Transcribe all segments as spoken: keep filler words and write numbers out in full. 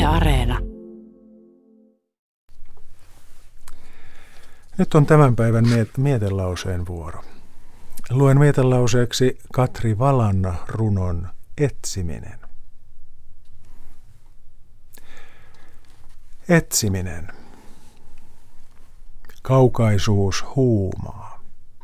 Areena. Nyt on tämän päivän miet- mietelauseen vuoro. Luen mietelauseeksi Katri Valan runon Etsiminen. Etsiminen. Kaukaisuus huumaa.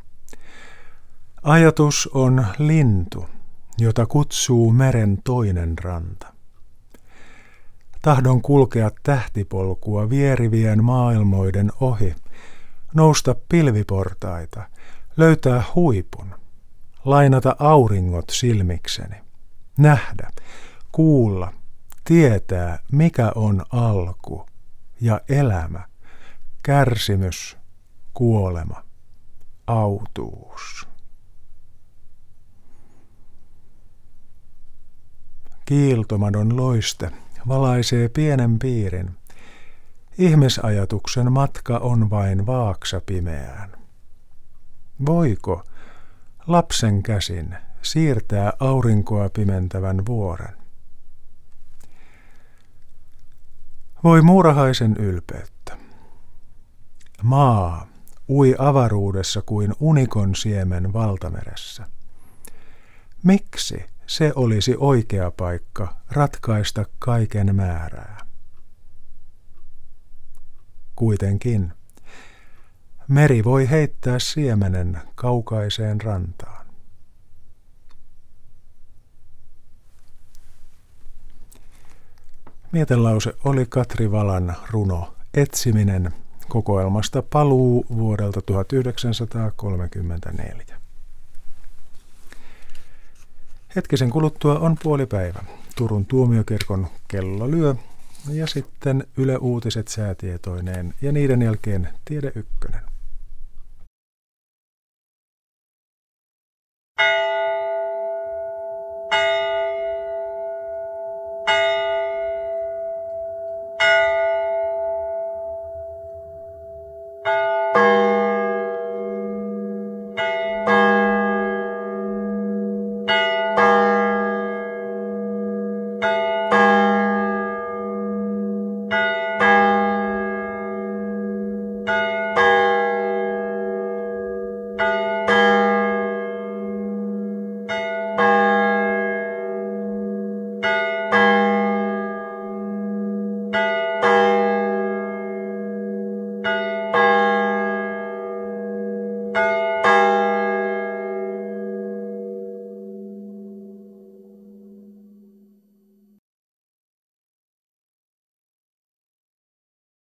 Ajatus on lintu, jota kutsuu meren toinen ranta. Tahdon kulkea tähtipolkua vierivien maailmoiden ohi, nousta pilviportaita, löytää huipun, lainata auringot silmikseni, nähdä, kuulla, tietää, mikä on alku ja elämä, kärsimys, kuolema, autuus. Kiiltomadon loiste valaisee pienen piirin. Ihmisajatuksen matka on vain vaaksa pimeään. Voiko lapsen käsin siirtää aurinkoa pimentävän vuoren? Voi muurahaisen ylpeyttä. Maa ui avaruudessa kuin unikon siemen valtameressä. Miksi se olisi oikea paikka ratkaista kaiken määrää? Kuitenkin meri voi heittää siemenen kaukaiseen rantaan. Mietelause oli Katri Valan runo Etsiminen kokoelmasta Paluu vuodelta tuhatyhdeksänsataakolmekymmentäneljä. Hetkisen kuluttua on puolipäivä. Turun tuomiokirkon kello lyö ja sitten Yle Uutiset säätietoineen ja niiden jälkeen Tiede Ykkönen.